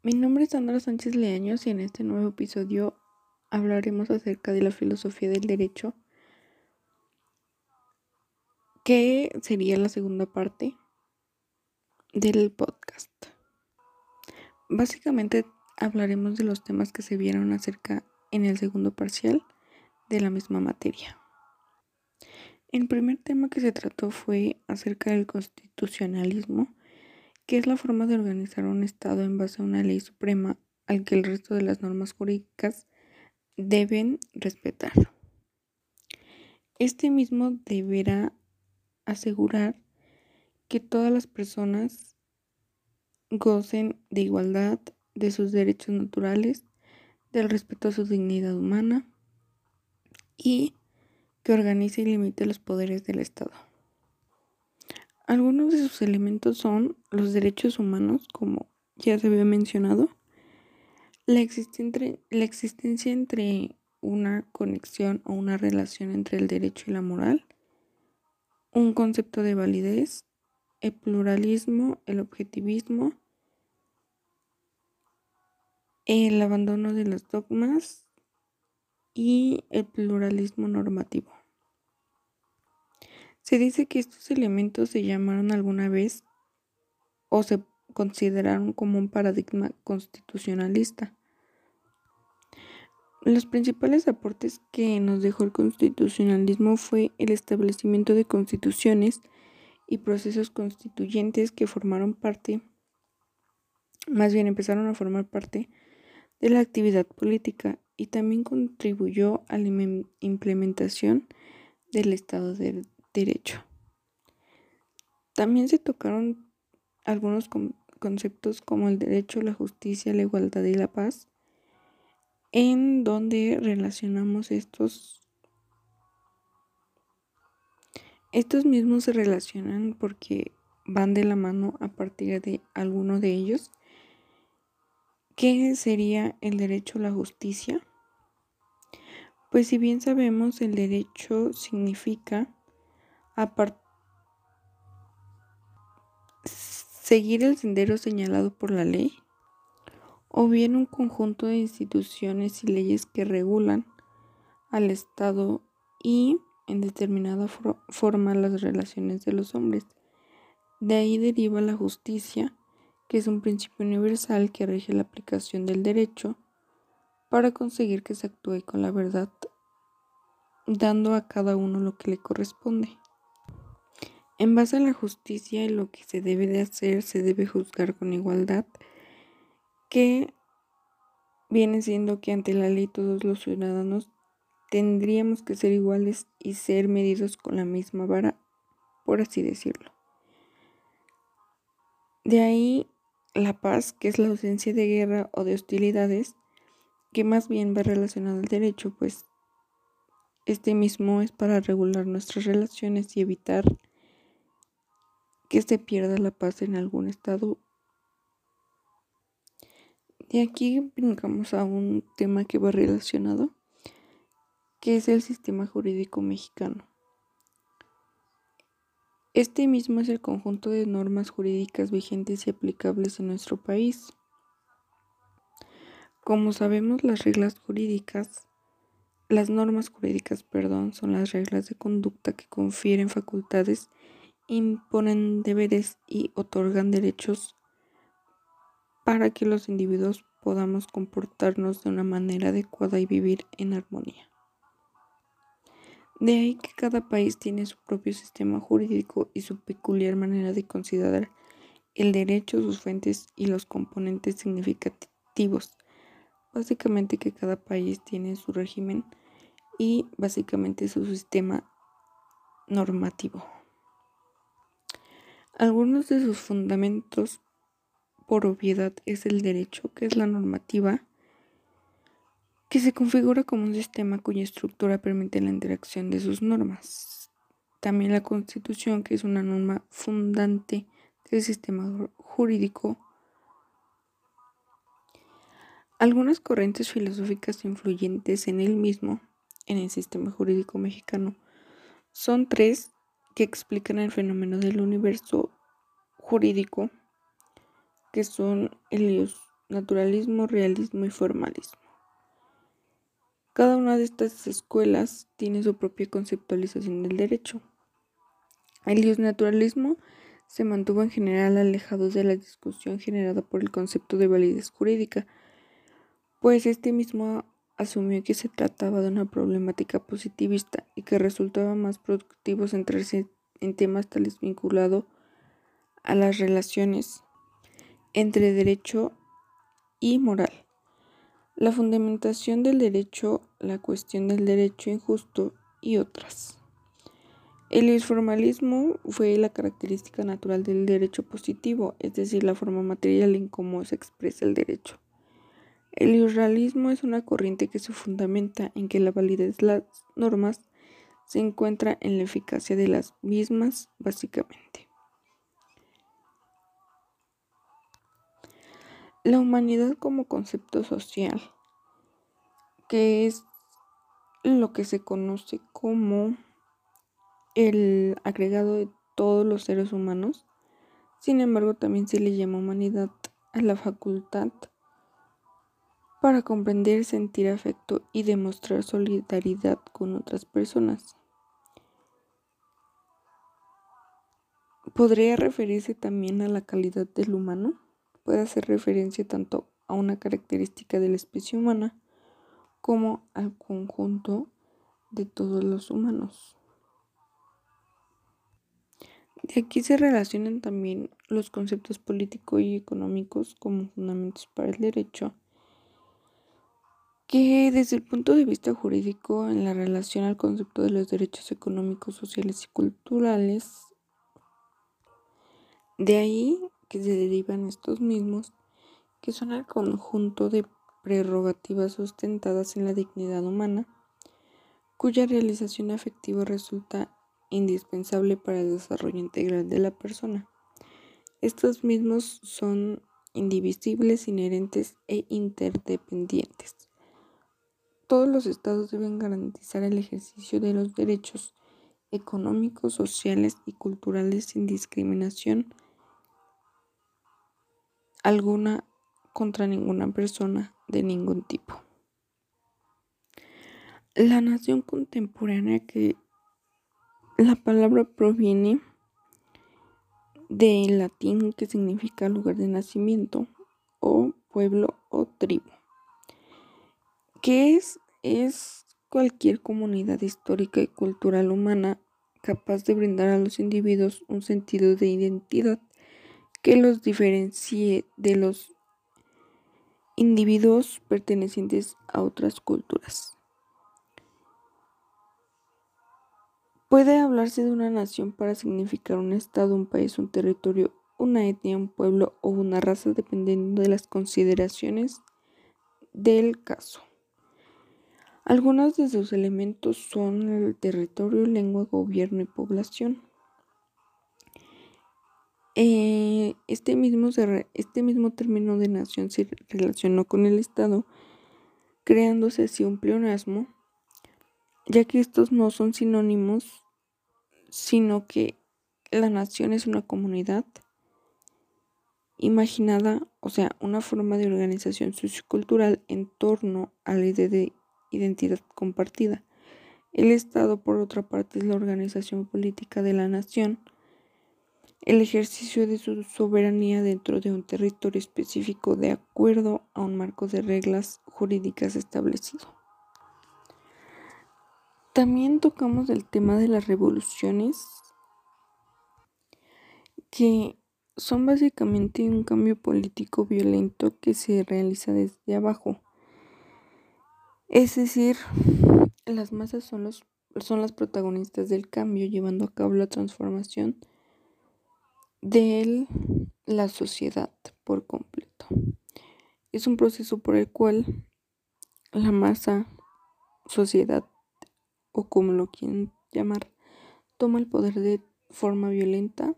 Mi nombre es Sandra Sánchez Leaños y en este nuevo episodio hablaremos acerca de la filosofía del derecho, que sería la segunda parte del podcast. Básicamente hablaremos de los temas que se vieron acerca en el segundo parcial de la misma materia. El primer tema que se trató fue acerca del constitucionalismo, que es la forma de organizar un Estado en base a una ley suprema al que el resto de las normas jurídicas deben respetar. Este mismo deberá asegurar que todas las personas gocen de igualdad, de sus derechos naturales, del respeto a su dignidad humana y que organice y limite los poderes del Estado. Algunos de sus elementos son los derechos humanos, como ya se había mencionado, la existencia entre una conexión o una relación entre el derecho y la moral, un concepto de validez, el pluralismo, el objetivismo, el abandono de los dogmas y el pluralismo normativo. Se dice que estos elementos se llamaron alguna vez o se consideraron como un paradigma constitucionalista. Los principales aportes que nos dejó el constitucionalismo fue el establecimiento de constituciones y procesos constituyentes que empezaron a formar parte de la actividad política y también contribuyó a la implementación del Estado de Derecho. También se tocaron algunos conceptos como el derecho, la justicia, la igualdad y la paz, en donde relacionamos estos mismos se relacionan porque van de la mano a partir de alguno de ellos, que sería el derecho a la justicia. Pues si bien sabemos, el derecho significa seguir el sendero señalado por la ley, o bien un conjunto de instituciones y leyes que regulan al Estado y en determinada forma las relaciones de los hombres. De ahí deriva la justicia, que es un principio universal que rige la aplicación del derecho para conseguir que se actúe con la verdad, dando a cada uno lo que le corresponde. En base a la justicia y lo que se debe de hacer, se debe juzgar con igualdad, que viene siendo que ante la ley todos los ciudadanos tendríamos que ser iguales y ser medidos con la misma vara, por así decirlo. De ahí la paz, que es la ausencia de guerra o de hostilidades, que más bien va relacionado al derecho, pues este mismo es para regular nuestras relaciones y evitar que se pierda la paz en algún estado. De aquí brincamos a un tema que va relacionado, que es el sistema jurídico mexicano. Este mismo es el conjunto de normas jurídicas vigentes y aplicables en nuestro país. Como sabemos, las normas jurídicas, son las reglas de conducta que confieren facultades, imponen deberes y otorgan derechos para que los individuos podamos comportarnos de una manera adecuada y vivir en armonía. De ahí que cada país tiene su propio sistema jurídico y su peculiar manera de considerar el derecho, sus fuentes y los componentes significativos. Básicamente que cada país tiene su régimen y básicamente su sistema normativo. Algunos de sus fundamentos, por obviedad, es el derecho, que es la normativa, que se configura como un sistema cuya estructura permite la interacción de sus normas. También la Constitución, que es una norma fundante del sistema jurídico. Algunas corrientes filosóficas influyentes en el mismo, en el sistema jurídico mexicano, son tres que explican el fenómeno del universo jurídico, que son naturalismo, realismo y formalismo. Cada una de estas escuelas tiene su propia conceptualización del derecho. El naturalismo se mantuvo en general alejado de la discusión generada por el concepto de validez jurídica, pues este mismo asumió que se trataba de una problemática positivista y que resultaba más productivo centrarse en temas tales vinculados a las relaciones entre derecho y moral, la fundamentación del derecho, la cuestión del derecho injusto y otras. El informalismo fue la característica natural del derecho positivo, es decir, la forma material en cómo se expresa el derecho. El irrealismo es una corriente que se fundamenta en que la validez de las normas se encuentra en la eficacia de las mismas, básicamente. La humanidad como concepto social, que es lo que se conoce como el agregado de todos los seres humanos. Sin embargo, también se le llama humanidad a la facultad para comprender, sentir afecto y demostrar solidaridad con otras personas. Podría referirse también a la calidad del humano. Puede hacer referencia tanto a una característica de la especie humana como al conjunto de todos los humanos. De aquí se relacionan también los conceptos políticos y económicos como fundamentos para el derecho, que desde el punto de vista jurídico, en la relación al concepto de los derechos económicos, sociales y culturales, de ahí que se derivan estos mismos, que son el conjunto de prerrogativas sustentadas en la dignidad humana, cuya realización afectiva resulta indispensable para el desarrollo integral de la persona. Estos mismos son indivisibles, inherentes e interdependientes. Todos los estados deben garantizar el ejercicio de los derechos económicos, sociales y culturales sin discriminación alguna contra ninguna persona de ningún tipo. La nación contemporánea, que la palabra proviene del latín, que significa lugar de nacimiento o pueblo o tribu, que es cualquier comunidad histórica y cultural humana capaz de brindar a los individuos un sentido de identidad que los diferencie de los individuos pertenecientes a otras culturas. Puede hablarse de una nación para significar un estado, un país, un territorio, una etnia, un pueblo o una raza, dependiendo de las consideraciones del caso. Algunos de sus elementos son el territorio, lengua, gobierno y población. Este mismo término de nación se relacionó con el Estado, creándose así un pleonasmo, ya que estos no son sinónimos, sino que la nación es una comunidad imaginada, o sea, una forma de organización sociocultural en torno a la idea de identidad compartida. El Estado, por otra parte, es la organización política de la nación, el ejercicio de su soberanía dentro de un territorio específico de acuerdo a un marco de reglas jurídicas establecido. También tocamos el tema de las revoluciones, que son básicamente un cambio político violento que se realiza desde abajo. Es decir, las masas son las protagonistas del cambio, llevando a cabo la transformación de la sociedad por completo. Es un proceso por el cual la masa, sociedad o como lo quieran llamar, toma el poder de forma violenta,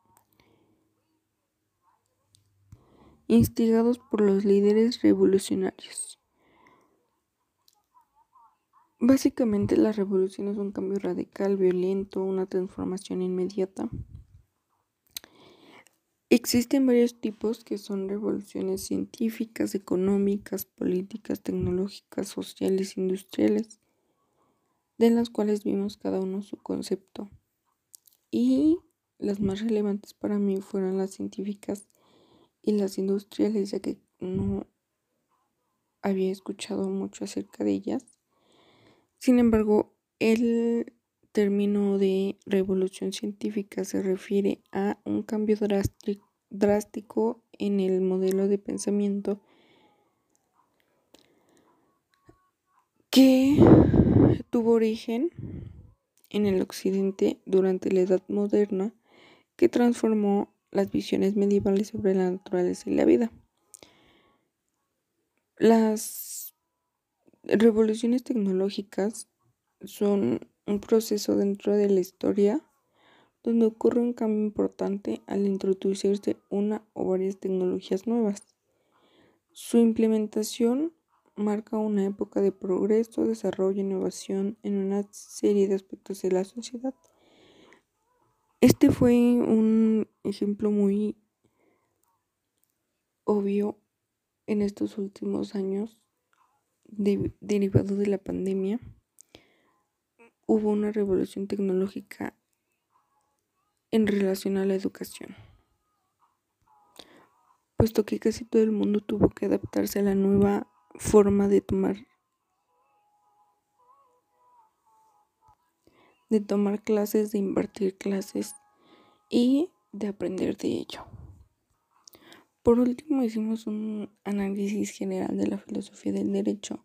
instigados por los líderes revolucionarios. Básicamente la revolución es un cambio radical, violento, una transformación inmediata Existen varios tipos que son revoluciones científicas, económicas, políticas, tecnológicas, sociales, industriales, de las cuales vimos cada uno su concepto. Y las más relevantes para mí fueron las científicas y las industriales, ya que no había escuchado mucho acerca de ellas. Sin embargo, el término de revolución científica se refiere a un cambio drástico en el modelo de pensamiento que tuvo origen en el occidente durante la Edad Moderna, que transformó las visiones medievales sobre la naturaleza y la vida. Las revoluciones tecnológicas son un proceso dentro de la historia donde ocurre un cambio importante al introducirse una o varias tecnologías nuevas. Su implementación marca una época de progreso, desarrollo e innovación en una serie de aspectos de la sociedad. Este fue un ejemplo muy obvio en estos últimos años, derivado de la pandemia. Hubo una revolución tecnológica en relación a la educación, puesto que casi todo el mundo tuvo que adaptarse a la nueva forma de tomar clases, de impartir clases y de aprender de ello. Por último, hicimos un análisis general de la filosofía del derecho,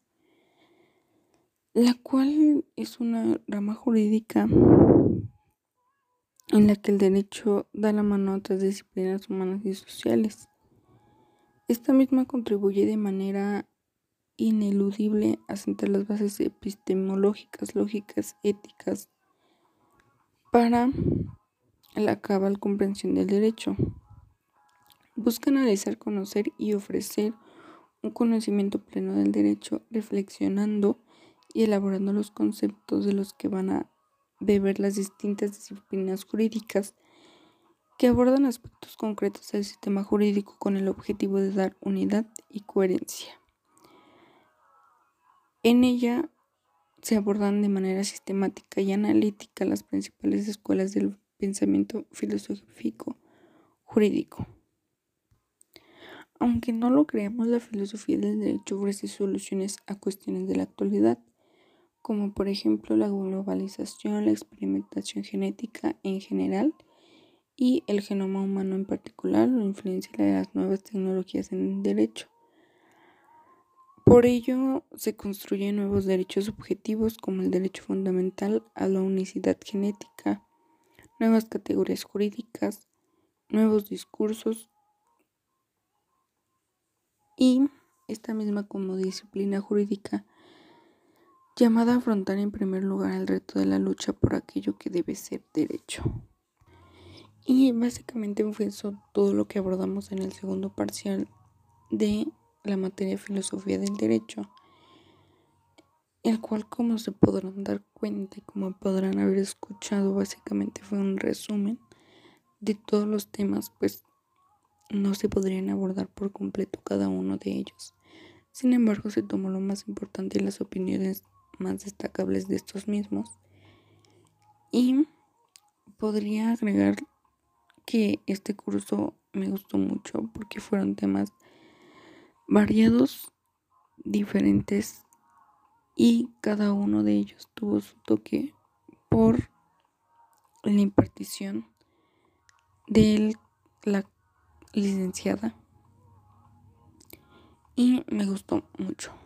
la cual es una rama jurídica en la que el derecho da la mano a otras disciplinas humanas y sociales. Esta misma contribuye de manera ineludible a sentar las bases epistemológicas, lógicas, éticas para la cabal comprensión del derecho. Busca analizar, conocer y ofrecer un conocimiento pleno del derecho, reflexionando y elaborando los conceptos de los que van a beber las distintas disciplinas jurídicas que abordan aspectos concretos del sistema jurídico con el objetivo de dar unidad y coherencia. En ella se abordan de manera sistemática y analítica las principales escuelas del pensamiento filosófico jurídico. Aunque no lo creamos, la filosofía del derecho ofrece soluciones a cuestiones de la actualidad, como por ejemplo la globalización, la experimentación genética en general y el genoma humano en particular, la influencia de las nuevas tecnologías en el derecho. Por ello, se construyen nuevos derechos subjetivos como el derecho fundamental a la unicidad genética, nuevas categorías jurídicas, nuevos discursos y esta misma como disciplina jurídica llamada a afrontar en primer lugar el reto de la lucha por aquello que debe ser derecho. Y básicamente fue eso todo lo que abordamos en el segundo parcial de la materia de filosofía del derecho, el cual, como se podrán dar cuenta y como podrán haber escuchado, básicamente fue un resumen de todos los temas, pues no se podrían abordar por completo cada uno de ellos. Sin embargo, se tomó lo más importante y las opiniones más destacables de estos mismos. Y podría agregar que este curso me gustó mucho porque fueron temas variados, diferentes, y cada uno de ellos tuvo su toque por la impartición de la licenciada y me gustó mucho.